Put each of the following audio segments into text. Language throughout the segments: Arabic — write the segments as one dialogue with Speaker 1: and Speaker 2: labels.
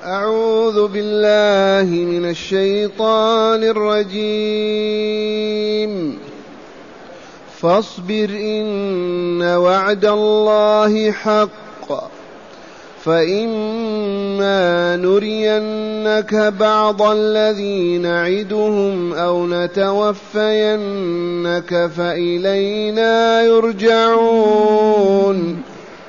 Speaker 1: أعوذ بالله من الشيطان الرجيم. فاصبر إن وعد الله حق، فإما نرينك بعض الذي نعدهم أو نتوفينك فإلينا يرجعون.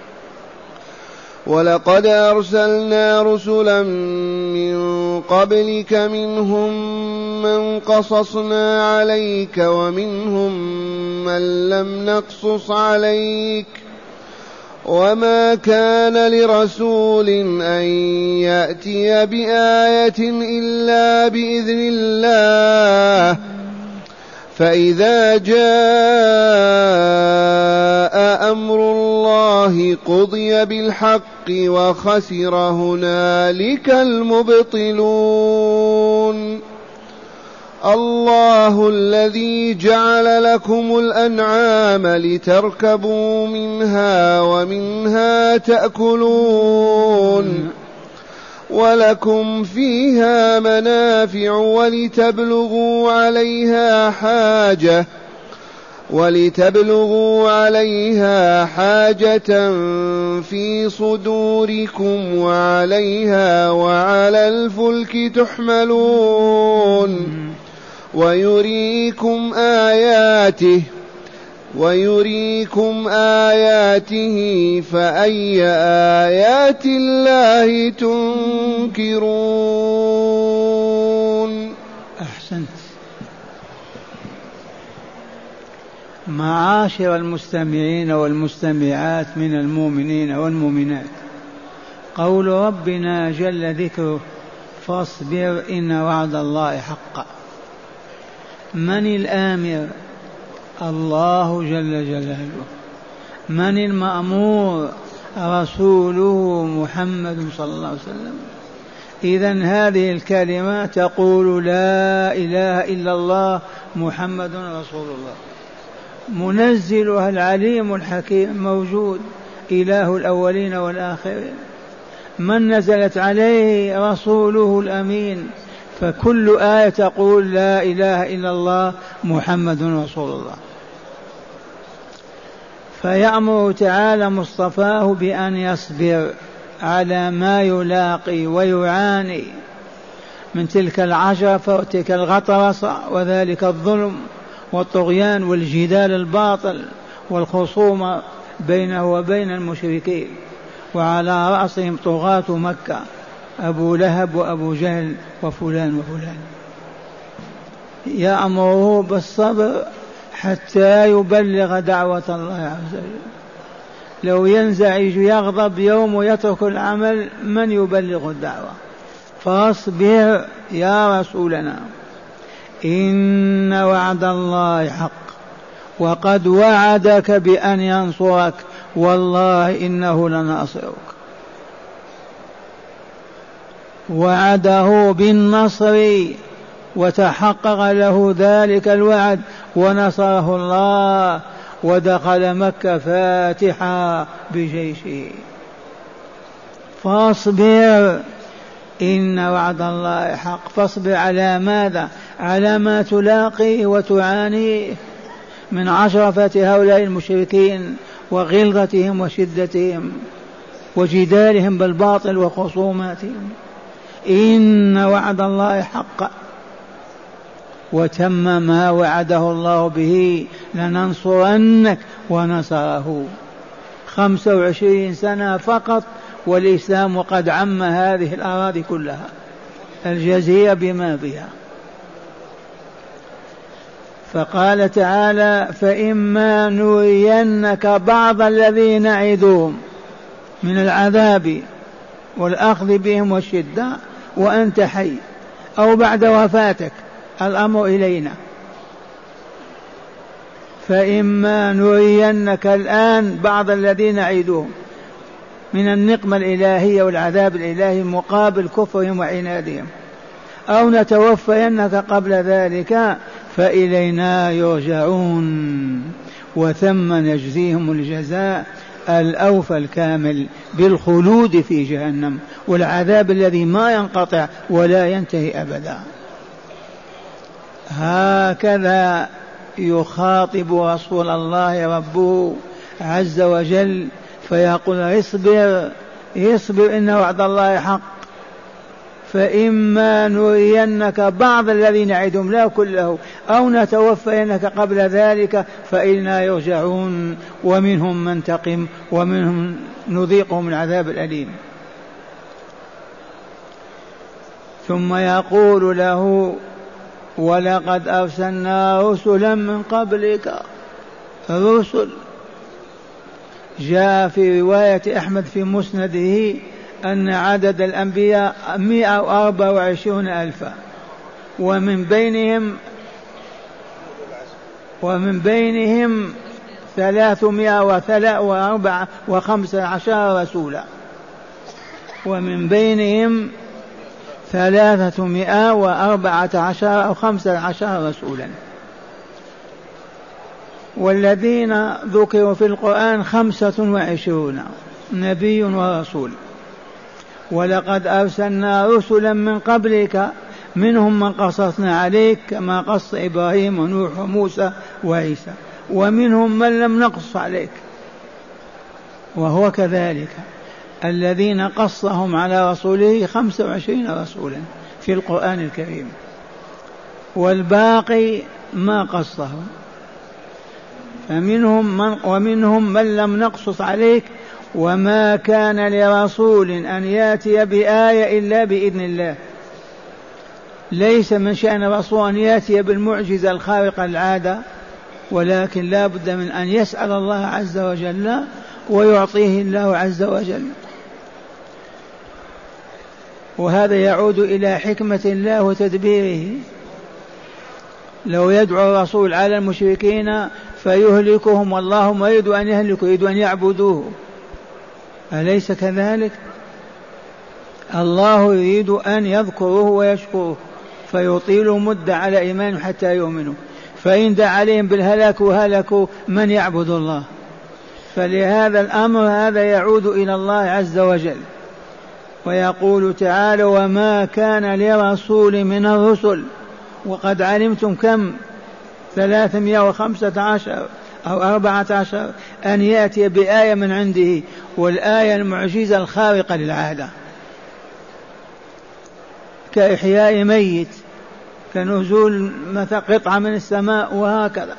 Speaker 1: ولقد أرسلنا رسلا من قبلك منهم من قصصنا عليك ومنهم من لم نقصص عليك، وما كان لرسول أن يأتي بآية إلا بإذن الله، فإذا جاء أمر الله قضي بالحق وخسر هنالك المبطلون. الله الذي جعل لكم الأنعام لتركبوا منها ومنها تأكلون، ولكم فيها منافع ولتبلغوا عليها حاجة في صدوركم وعليها وعلى الفلك تحملون، ويريكم آياته فأي آيات الله تنكرون.
Speaker 2: أحسنت. معاشر المستمعين والمستمعات من المؤمنين والمؤمنات، قول ربنا جل ذكره: فاصبر إن وعد الله حق. من الآمر؟ الله جل جلاله. من المأمور؟ رسوله محمد صلى الله عليه وسلم. إذن هذه الكلمة تقول لا إله إلا الله محمد رسول الله. منزلها العليم الحكيم موجود، إله الأولين والآخرين. من نزلت عليه؟ رسوله الأمين. فكل آية تقول لا إله إلا الله محمد رسول الله. فيأمر تعالى مصطفاه بأن يصبر على ما يلاقي ويعاني من تلك العجرفة وتلك الغطرسة وذلك الظلم والطغيان والجدال الباطل والخصومة بينه وبين المشركين، وعلى رأسهم طغاة مكة أبو لهب وأبو جهل وفلان وفلان. يأمره بالصبر حتى يبلغ دعوة الله عز وجل. لو ينزعج يغضب يوم ويترك العمل، من يبلغ الدعوة؟ فاصبر يا رسولنا إن وعد الله حق، وقد وعدك بأن ينصرك، والله إنه لناصرك. وعده بالنصر وتحقق له ذلك الوعد ونصره الله، ودخل مكة فاتحا بجيشه. فاصبر إن وعد الله حق. فاصبر على ماذا؟ على ما تلاقيه وتعانيه من عشرفة هؤلاء المشركين وغلظتهم وشدتهم وجدالهم بالباطل وخصوماتهم. إن وعد الله حق، وتم ما وعده الله به: لننصرنك. ونصره. 25 سنة فقط والإسلام قد عم هذه الأراضي كلها، الجزيرة بما بها. فقال تعالى: فإما نرينك بعض الذي نعدهم من العذاب والأخذ بهم والشدة وأنت حي، أو بعد وفاتك، الأمر إلينا. فإما نرينك الآن بعض الذين نعدهم من النقمة الإلهية والعذاب الإلهي مقابل كفرهم وعنادهم، أو نتوفينك قبل ذلك فإلينا يرجعون، وثم نجزيهم الجزاء الأوفى الكامل بالخلود في جهنم والعذاب الذي ما ينقطع ولا ينتهي أبدا. هكذا يخاطب رسول الله ربه عز وجل فيقول اصبر إن وعد الله حق، فإما نرينك بعض الذي نعدهم لا كله أو نتوفينك قبل ذلك فإنا يرجعون ومنهم من تقم ومنهم نذيقهم العذاب الأليم. ثم يقول له ولقد أرسلنا رسلا من قبلك. الرسل جاء في رواية أحمد في مسنده أن عدد الأنبياء 124,000 ومن بينهم 315 رسولا، ومن بينهم 314 أو 15 رسولا، والذين ذكروا في القرآن 25 نبي ورسول. ولقد أرسلنا رسلا من قبلك منهم من قصصنا عليك كما قص إبراهيم ونوح وموسى وعيسى، ومنهم من لم نقص عليك. وهو كذلك الذين قصهم على رسوله 25 رسولا في القرآن الكريم، والباقي ما قصهم. ومنهم من لم نقصص عليك، وما كان لرسول أن يأتي بآية إلا بإذن الله. ليس من شأن الرسول أن يأتي بالمعجزة الخارقة العادة، ولكن لا بد من أن يسأل الله عز وجل ويعطيه الله عز وجل. وهذا يعود إلى حكمة الله وتدبيره. لو يدعو الرسول على المشركين فيهلكهم والله ما يريد أن يهلكوا، يريد أن يعبدوه. أليس كذلك؟ الله يريد أن يذكروه ويشكروه فيطيل مدة على إيمانهم حتى يؤمنوا، فإن دعا عليهم بالهلاك وهلكوا من يعبد الله. فلهذا الأمر هذا يعود إلى الله عز وجل. ويقول تعالى وما كان لرسول من الرسل، وقد علمتم كم 315 أو 14 أن يأتي بآية من عنده، والآية المعجزة الخارقة للعادة كإحياء ميت، كنزول قطعة من السماء، وهكذا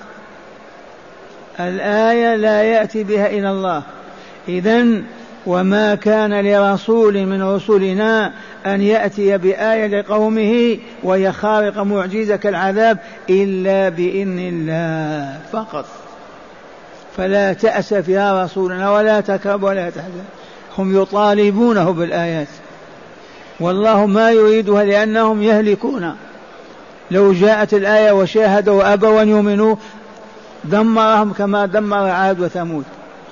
Speaker 2: الآية لا يأتي بها إلى الله. إذن وما كان لرسول من رسلنا أن يأتي بآية لقومه وهي خارقة معجزة كالعذاب إلا بإذن الله فقط. فلا تأسف يا رسولنا ولا تكرب ولا تحزن. هم يطالبونه بالآيات والله ما يريدها لأنهم يهلكون. لو جاءت الآية وشاهدوا وأبوا أن يؤمنوا دمرهم كما دمر عاد وثمود.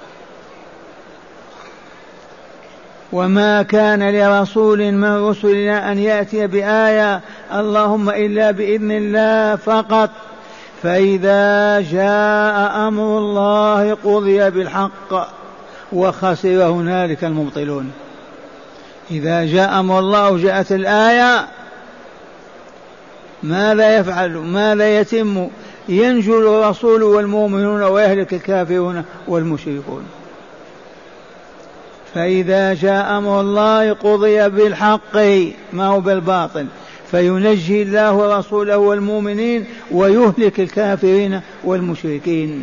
Speaker 2: وما كان لرسول من رسلنا أن يأتي بآية اللهم إلا بإذن الله فقط. فإذا جاء أمر الله قضي بالحق وخسر هنالك المبطلون. إذا جاء أمر الله وجاءت الآية ماذا يفعل؟ ماذا يتم؟ ينجو الرسول والمؤمنون ويهلك الكافرون والمشركون. فإذا جاء أمر الله قضي بالحق ما هو بالباطل، فينجي الله رسوله والمؤمنين ويهلك الكافرين والمشركين.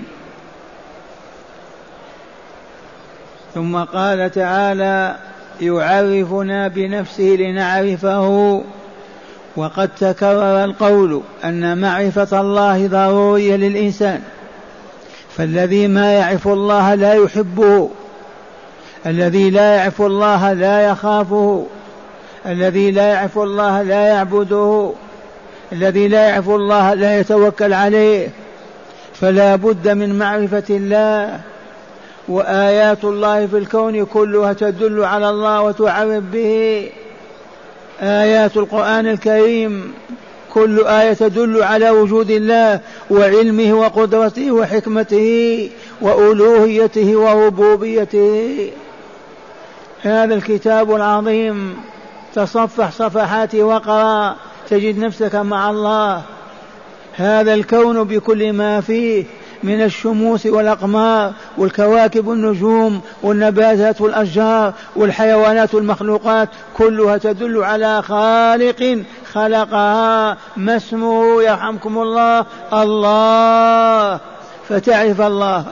Speaker 2: ثم قال تعالى يعرفنا بنفسه لنعرفه. وقد تكرر القول أن معرفة الله ضرورية للإنسان، فالذي ما يعرف الله لا يحبه، الذي لا يعرف الله لا يخافه، الذي لا يعرف الله لا يعبده، الذي لا يعرف الله لا يتوكل عليه. فلا بد من معرفة الله. وآيات الله في الكون كلها تدل على الله وتعرف به. آيات القرآن الكريم كل آية تدل على وجود الله وعلمه وقدرته وحكمته وألوهيته وربوبيته. هذا الكتاب العظيم تصفح صفحاته وقرأ تجد نفسك مع الله. هذا الكون بكل ما فيه من الشموس والأقمار والكواكب والنجوم والنباتات والأشجار والحيوانات والمخلوقات كلها تدل على خالق خلقها. ما اسمه يرحمكم الله؟ الله. فتعرف الله.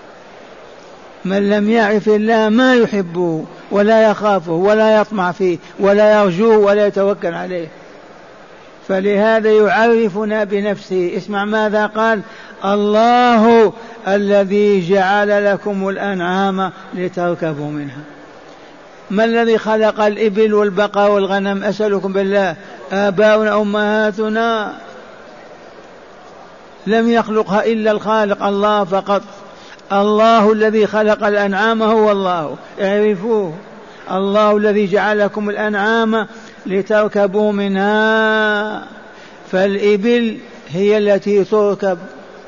Speaker 2: من لم يعرف الله ما يحبه ولا يخافه ولا يطمع فيه ولا يرجوه ولا يتوكل عليه. فلهذا يعرفنا بنفسه. اسمع ماذا قال: الله الذي جعل لكم الأنعام لتركبوا منها. ما الذي خلق الإبل والبقر والغنم؟ أسألكم بالله، آباؤنا أمهاتنا؟ لم يخلقها إلا الخالق الله فقط. الله الذي خلق الأنعام هو الله، اعرفوه. الله الذي جعل لكم الأنعام لتركبوا منها. فالإبل هي التي تركب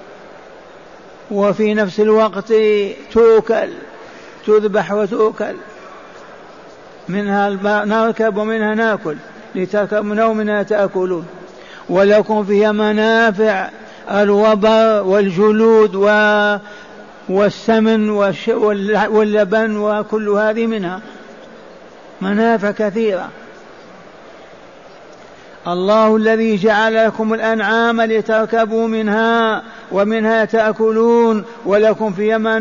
Speaker 2: وفي نفس الوقت توكل، تذبح وتوكل. منها نركب ومنها ناكل، لتركبوا ومنها تأكلون. ولكم فيها منافع، الوبر والجلود والسمن واللبن وكل هذه منها منافع كثيرة. الله الذي جعل لكم الأنعام لتركبوا منها ومنها تأكلون ولكم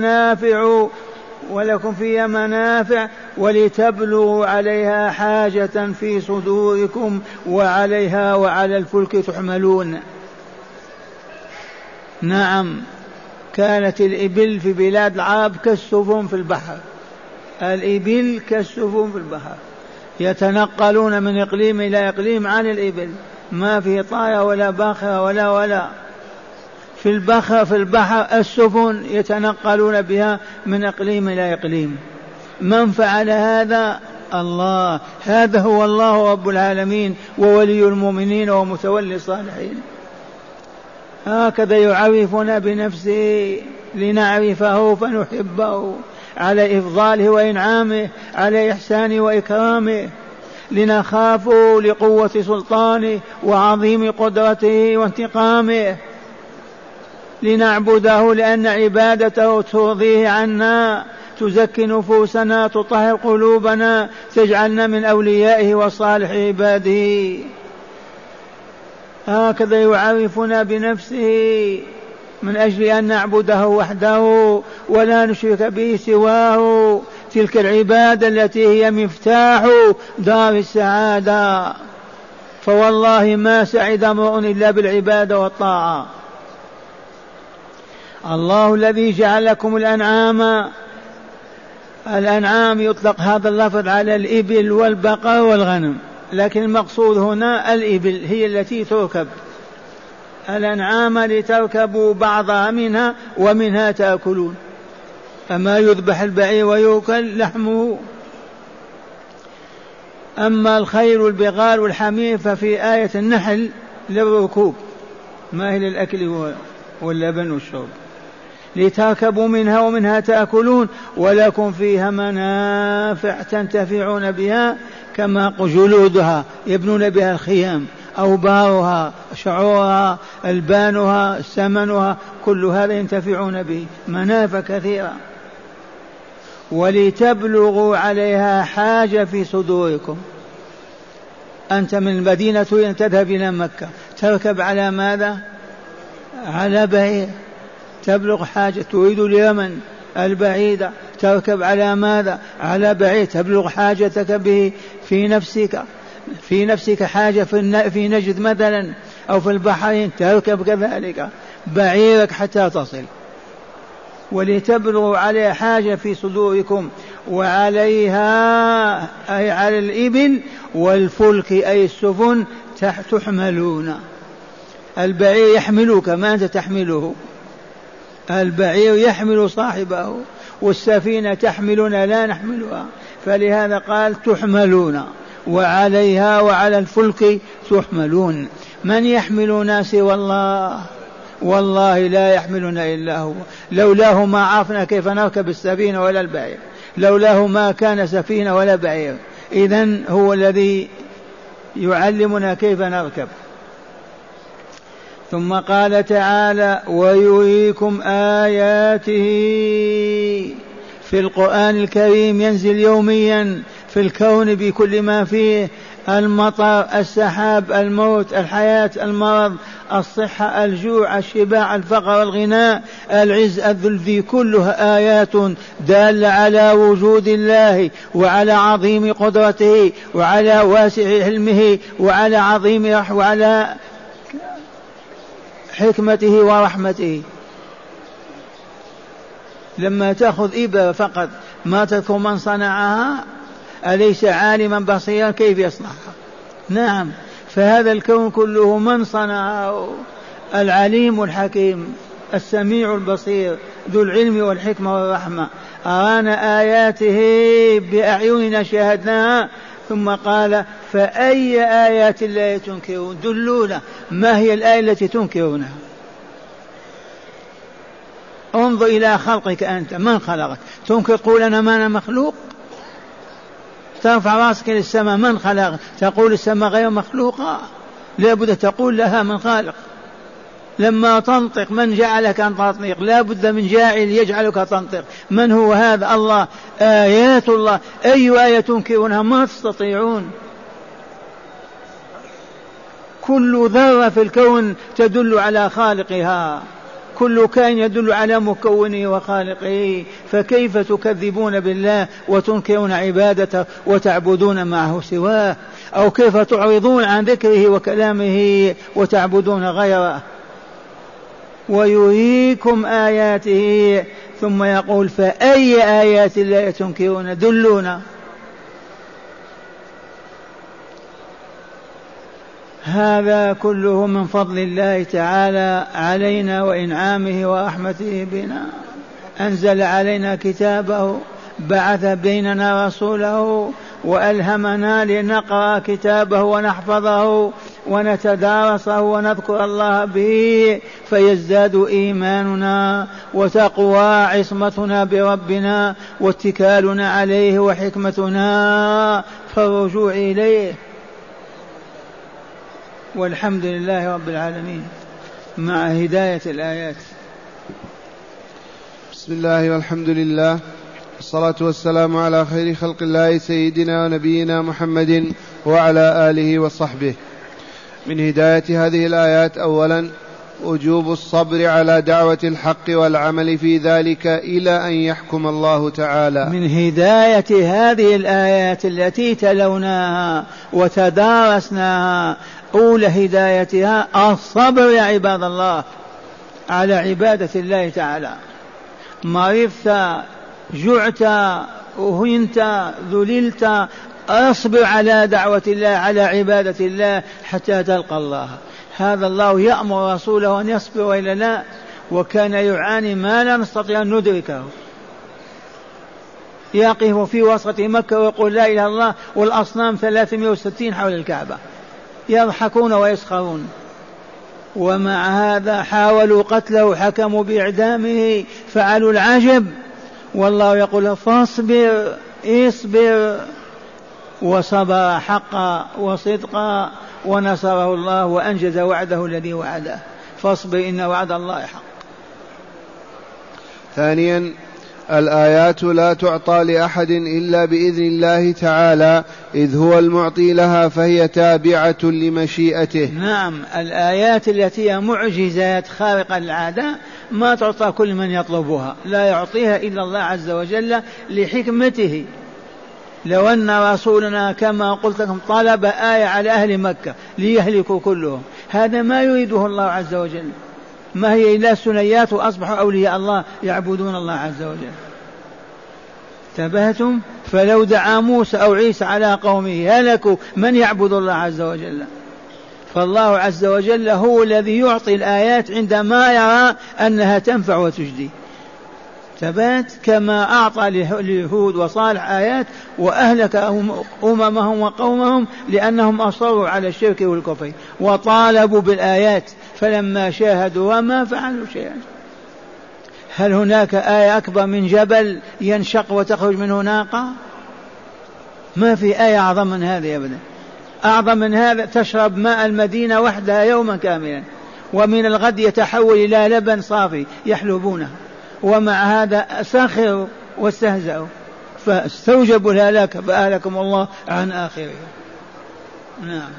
Speaker 2: فيها منافع ولتبلغوا عليها حاجة في صدوركم وعليها وعلى الفلك تحملون. نعم، كانت الإبل في بلاد العرب كالسفن في البحر. الإبل كالسفن في البحر، يتنقلون من إقليم إلى إقليم عن الإبل، ما في طاية ولا باخرة ولا في البحر السفن يتنقلون بها من إقليم إلى إقليم. من فعل هذا؟ الله. هذا هو الله رب العالمين وولي المؤمنين ومتولي الصالحين. هكذا يعرفنا بنفسه لنعرفه فنحبه على إفضاله وإنعامه، على إحسانه وإكرامه، لنخافه لقوة سلطانه وعظيم قدرته وانتقامه، لنعبده لأن عبادته ترضيه عنا، تزكي نفوسنا، تطهر قلوبنا، تجعلنا من أوليائه وصالح عباده. هكذا يعرفنا بنفسه من أجل أن نعبده وحده ولا نشرك به سواه. تلك العبادة التي هي مفتاح دار السعادة. فوالله ما سعد امرؤ إلا بالعبادة والطاعة. الله الذي جعل لكم الأنعام يطلق هذا اللفظ على الإبل والبقر والغنم، لكن المقصود هنا الإبل هي التي تركب. الأنعام لتركبوا بعضها منها ومنها تأكلون. أما يذبح البعير ويؤكل لحمه. أما الخيل والبغال والحمير ففي آية النحل للركوب، ما هي للأكل واللبن والشرب. لتركبوا منها ومنها تأكلون ولكم فيها منافع تنتفعون بها، كما جلودها يبنون بها الخيام، أوبارها، شعورها، ألبانها، سمنها، كل هذا ينتفعون به، منافع كثيرة. ولتبلغوا عليها حاجة في صدوركم. أنت من المدينة تذهب إلى مكة، تركب على ماذا؟ على بعير. تبلغ حاجة، تريد اليمن البعيدة، تركب على ماذا؟ على بعير. تبلغ حاجتك به في نفسك حاجة في نجد مثلا أو في البحرين، تركب كذلك بعيرك حتى تصل. ولتبلغوا عليها حاجة في صدوركم وعليها أي على الإبل والفلك أي السفن تحملون. البعير يحملك، ما أنت تحمله. البعير يحمل صاحبه والسفينة تحملنا لا نحملها. فلهذا قال تحملون وعليها وعلى الفلك تحملون. من يحملنا سوى الله؟ والله لا يحملنا إلا هو. لولاه ما عرفنا كيف نركب السفينة ولا البعير، لولاه ما كان سفينة ولا بعير. إذن هو الذي يعلمنا كيف نركب. ثم قال تعالى: ويريكم آياته. في القرآن الكريم ينزل يوميا في الكون بكل ما فيه: المطر، السحاب، الموت، الحياة، المرض، الصحة، الجوع، الشباع، الفقر، الغناء، العز، الذل، كلها آيات دالة على وجود الله وعلى عظيم قدرته وعلى واسع علمه وعلى عظيم وعلى حكمته ورحمته. لما تأخذ إبرة فقط ما تذكر من صنعها، أليس عالما بصيرا كيف يصنعها؟ نعم. فهذا الكون كله من صنعه؟ العليم الحكيم السميع البصير ذو العلم والحكمة والرحمة. أرانا آياته بأعيننا شاهدناها. ثم قال: فأي آيات الله تنكرون؟ دلونا، ما هي الآية التي تنكرونها؟ انظر إلى خلقك أنت، من خلقك؟ تنكر تقول أنا ما أنا مخلوق؟ ترفع راسك للسماء، من خلق؟ تقول السماء غير مخلوقة؟ لابد تقول لها من خالق. لما تنطق من جعلك أن تنطق؟ لابد من جاعل يجعلك تنطق. من هو هذا؟ الله. آيات الله، أي آية تنكرونها؟ ما تستطيعون. كل ذرة في الكون تدل على خالقها، كل كائن يدل على مكونه وخالقه، فكيف تكذبون بالله وتنكرون عبادته وتعبدون معه سواه؟ أو كيف تعرضون عن ذكره وكلامه وتعبدون غيره؟ ويريكم آياته. ثم يقول: فأي آيات الله تنكرون؟ دلونا. هذا كله من فضل الله تعالى علينا وإنعامه ورحمته بنا. أنزل علينا كتابه، بعث بيننا رسوله، وألهمنا لنقرأ كتابه ونحفظه ونتدارسه ونذكر الله به، فيزداد إيماننا وتقوى عصمتنا بربنا واتكالنا عليه وحكمتنا فالرجوع إليه. والحمد لله رب العالمين مع هداية الآيات.
Speaker 1: بسم الله والحمد لله، والصلاة والسلام على خير خلق الله سيدنا ونبينا محمد وعلى آله وصحبه. من هداية هذه الآيات: أولا وجوب الصبر على دعوة الحق والعمل في ذلك إلى أن يحكم الله تعالى.
Speaker 2: من هداية هذه الآيات التي تلوناها وتدارسناها، أولى هدايتها الصبر يا عباد الله على عبادة الله تعالى. مرضت، جعت، أهنت، ذللت، أصبر على دعوة الله، على عبادة الله حتى تلقى الله. هذا الله يأمر رسوله أن يصبر وإلا لا؟ وكان يعاني ما لا نستطيع أن ندركه. يقف في وسط مكة ويقول لا إله إلا الله والأصنام 360 حول الكعبة، يضحكون ويسخرون، ومع هذا حاولوا قتله، حكموا بإعدامه، فعلوا العجب، والله يقول فاصبر اصبر، وصبر حقا وصدقا ونصره الله وأنجز وعده الذي وعده. فاصبر إن وعد الله حق.
Speaker 1: ثانيا الآيات لا تعطى لأحد إلا بإذن الله تعالى، إذ هو المعطي لها، فهي تابعة لمشيئته.
Speaker 2: نعم، الآيات التي هي معجزات خارقة للعادة ما تعطى كل من يطلبها، لا يعطيها إلا الله عز وجل لحكمته. لو أن رسولنا كما قلت لكم طلب آية على أهل مكة ليهلكوا كلهم، هذا ما يريده الله عز وجل، ما هي إلا سنيات وأصبحوا أولياء الله يعبدون الله عز وجل. انتبهتم؟ فلو دعا موسى أو عيسى على قومه هلكوا، من يعبد الله عز وجل؟ فالله عز وجل هو الذي يعطي الآيات عندما يرى أنها تنفع وتجدي. ثبات كما أعطى لهود وصالح آيات وأهلك أممهم وقومهم لأنهم أصروا على الشرك والكفر وطالبوا بالآيات، فلما شاهدوا وما فعلوا شيئا. هل هناك آية أكبر من جبل ينشق وتخرج منه ناقة؟ ما في آية أعظم من هذه أبدا. أعظم من هذا تشرب ماء المدينة وحدها يوما كاملا، ومن الغد يتحول إلى لبن صافي يحلبونه، ومع هذا سخروا واستهزأوا فاستوجبوا الهلاك فأهلكم الله عن آخره. نعم.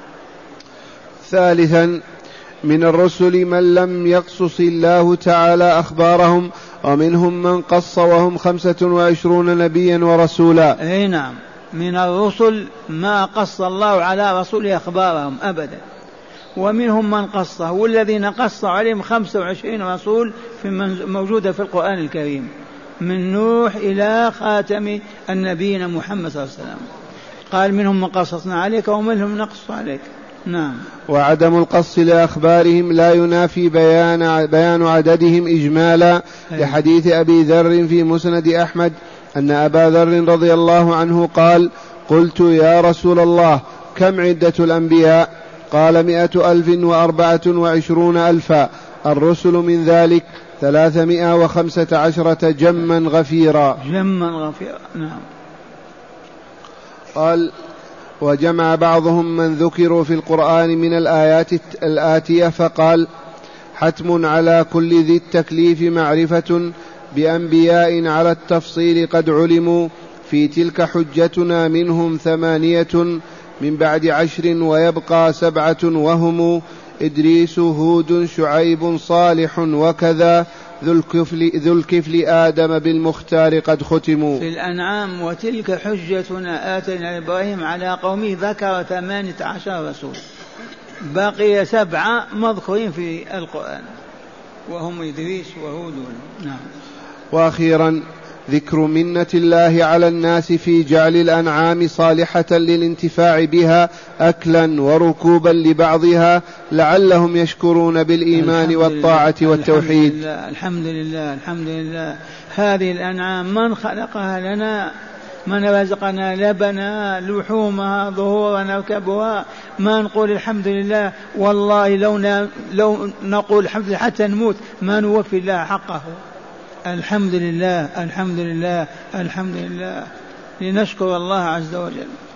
Speaker 1: ثالثا من الرسل من لم يقصص الله تعالى أخبارهم، ومنهم من قص وهم 25 نبيا ورسولا.
Speaker 2: أي نعم، من الرسل ما قص الله على رسوله أخبارهم أبدا، ومنهم من قصه، والذين قص عليهم 25 رسول موجودة في القرآن الكريم من نوح إلى خاتم النبيين محمد صلى الله عليه وسلم. قال منهم من قصصنا عليك ومنهم نقص عليك. نعم.
Speaker 1: وعدم القص لأخبارهم لا ينافي بيان عددهم إجمالا، لحديث أبي ذر في مسند أحمد أن أبا ذر رضي الله عنه قال: قلت يا رسول الله كم عدة الأنبياء؟ قال 124,000. الرسل من ذلك 315 جما غفيرا.
Speaker 2: نعم.
Speaker 1: قال: وجمع بعضهم من ذكروا في القرآن من الآيات الآتية فقال: حتم على كل ذي التكليف معرفة بأنبياء على التفصيل قد علموا، في تلك حجتنا منهم 8 من بعد 10 ويبقى 7 وهم إدريس هود شعيب صالح وكذا ذو الكفل آدم بالمختار قد ختموا.
Speaker 2: في الأنعام: وتلك حجتنا آتينا إبراهيم على قومه، ذكر 18 رسول، بقي 7 مذكورين في القرآن وهم إدريس وهود. نعم.
Speaker 1: وأخيرا ذكر منة الله على الناس في جعل الأنعام صالحة للانتفاع بها أكلا وركوبا لبعضها لعلهم يشكرون بالإيمان والطاعة والتوحيد.
Speaker 2: الحمد لله الحمد لله. هذه الأنعام من خلقها لنا؟ من رزقنا لبنها لحومها ظهورا نركبها؟ ما نقول الحمد لله؟ والله لو نقول الحمد لله حتى نموت ما نوفي الله حقه. الحمد لله الحمد لله الحمد لله، لنشكر الله عز وجل.